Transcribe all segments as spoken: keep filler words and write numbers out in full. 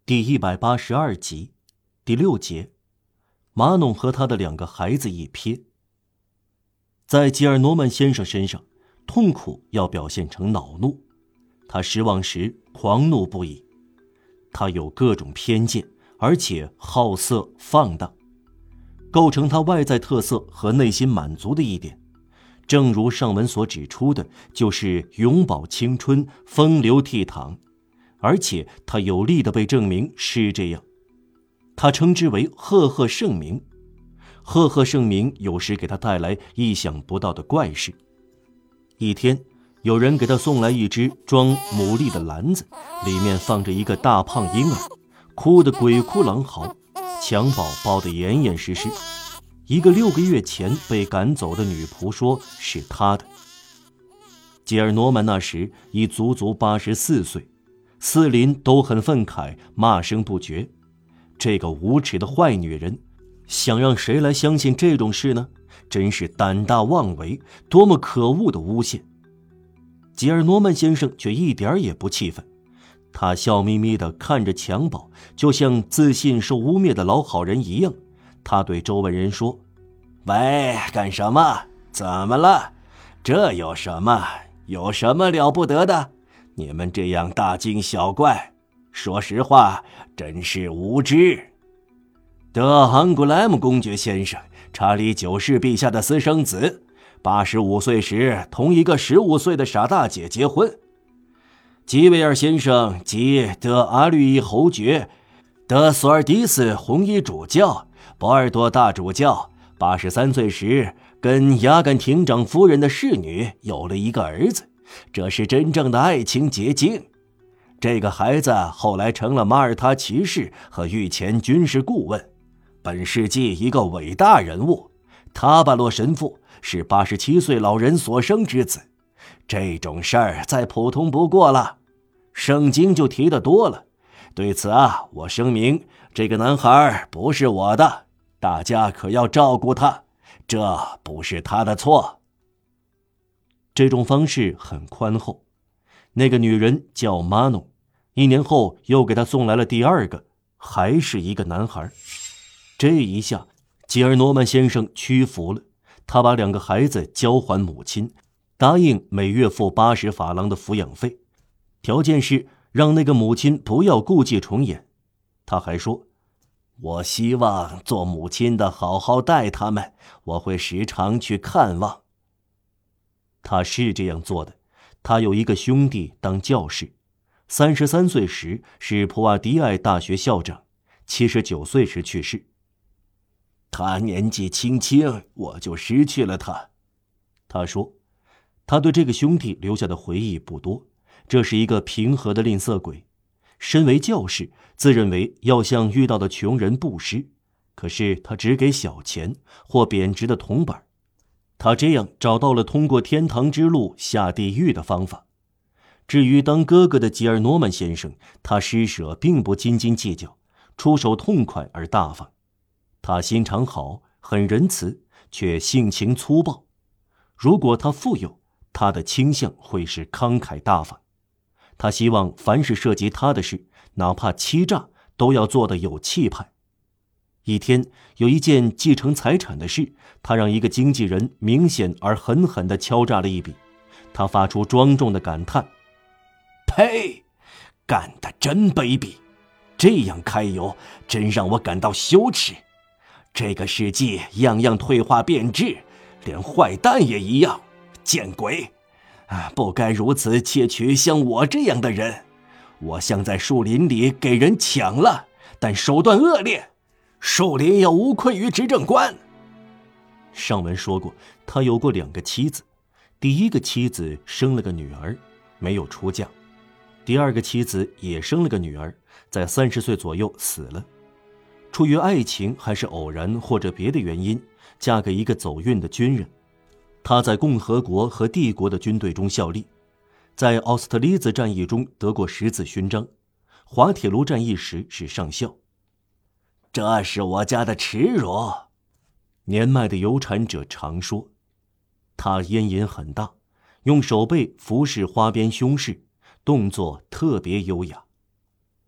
第一百八十二集，第六节，马农和他的两个孩子一瞥。在吉尔诺曼先生身上，痛苦要表现成恼怒，他失望时狂怒不已。他有各种偏见，而且好色放荡，构成他外在特色和内心满足的一点，正如上文所指出的，就是永葆青春，风流倜傥，而且他有力地被证明是这样。他称之为赫赫盛名，赫赫盛名有时给他带来意想不到的怪事。一天，有人给他送来一只装牡蛎的篮子，里面放着一个大胖婴儿，哭得鬼哭狼嚎，襁褓包得严严实实。一个六个月前被赶走的女仆说是他的。吉尔诺曼那时已足足八十四岁，四邻都很愤慨，骂声不绝。这个无耻的坏女人，想让谁来相信这种事呢？真是胆大妄为，多么可恶的诬陷！吉尔诺曼先生却一点也不气愤，他笑眯眯地看着襁褓，就像自信受污蔑的老好人一样。他对周围人说：“喂，干什么？怎么了？这有什么？有什么了不得的？你们这样大惊小怪，说实话，真是无知。德昂古莱姆公爵先生，查理九世陛下的私生子，八十五岁时同一个十五岁的傻大姐结婚。吉维尔先生及德阿律伊侯爵，德索尔迪斯红衣主教，博尔多大主教，八十三岁时跟雅甘廷长夫人的侍女有了一个儿子，这是真正的爱情结晶。这个孩子后来成了马耳他骑士和御前军事顾问，本世纪一个伟大人物。塔巴洛神父是八十七岁老人所生之子，这种事儿再普通不过了，圣经就提得多了。对此啊，我声明，这个男孩不是我的，大家可要照顾他，这不是他的错。这种方式很宽厚。那个女人叫马农，一年后又给他送来了第二个，还是一个男孩。这一下，吉尔诺曼先生屈服了，他把两个孩子交还母亲，答应每月付八十法郎的抚养费，条件是让那个母亲不要故伎重演。他还说：“我希望做母亲的好好待他们，我会时常去看望。”他是这样做的。他有一个兄弟当教士，三十三岁时是普瓦迪埃大学校长，七十九岁时去世。他年纪轻轻，我就失去了他。他说，他对这个兄弟留下的回忆不多，这是一个平和的吝啬鬼。身为教士，自认为要向遇到的穷人布施，可是他只给小钱或贬值的铜板。他这样找到了通过天堂之路下地狱的方法。至于当哥哥的吉尔诺曼先生，他施舍并不斤斤计较，出手痛快而大方。他心肠好，很仁慈，却性情粗暴。如果他富有，他的倾向会是慷慨大方。他希望凡是涉及他的事，哪怕欺诈，都要做得有气派。一天，有一件继承财产的事，他让一个经纪人明显而狠狠地敲诈了一笔。他发出庄重的感叹：“呸！干得真卑鄙！这样揩油，真让我感到羞耻。这个世纪样样退化变质，连坏蛋也一样，见鬼！啊，不该如此窃取像我这样的人。我像在树林里给人抢了，但手段恶劣。树林要无愧于执政官。”上文说过，他有过两个妻子，第一个妻子生了个女儿，没有出嫁；第二个妻子也生了个女儿，在三十岁左右死了。出于爱情还是偶然或者别的原因，嫁给一个走运的军人。他在共和国和帝国的军队中效力，在奥斯特利兹战役中得过十字勋章，滑铁卢战役时是上校。这是我家的耻辱，年迈的有产者常说。他烟瘾很大，用手背服侍花边胸饰，动作特别优雅。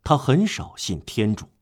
他很少信天主。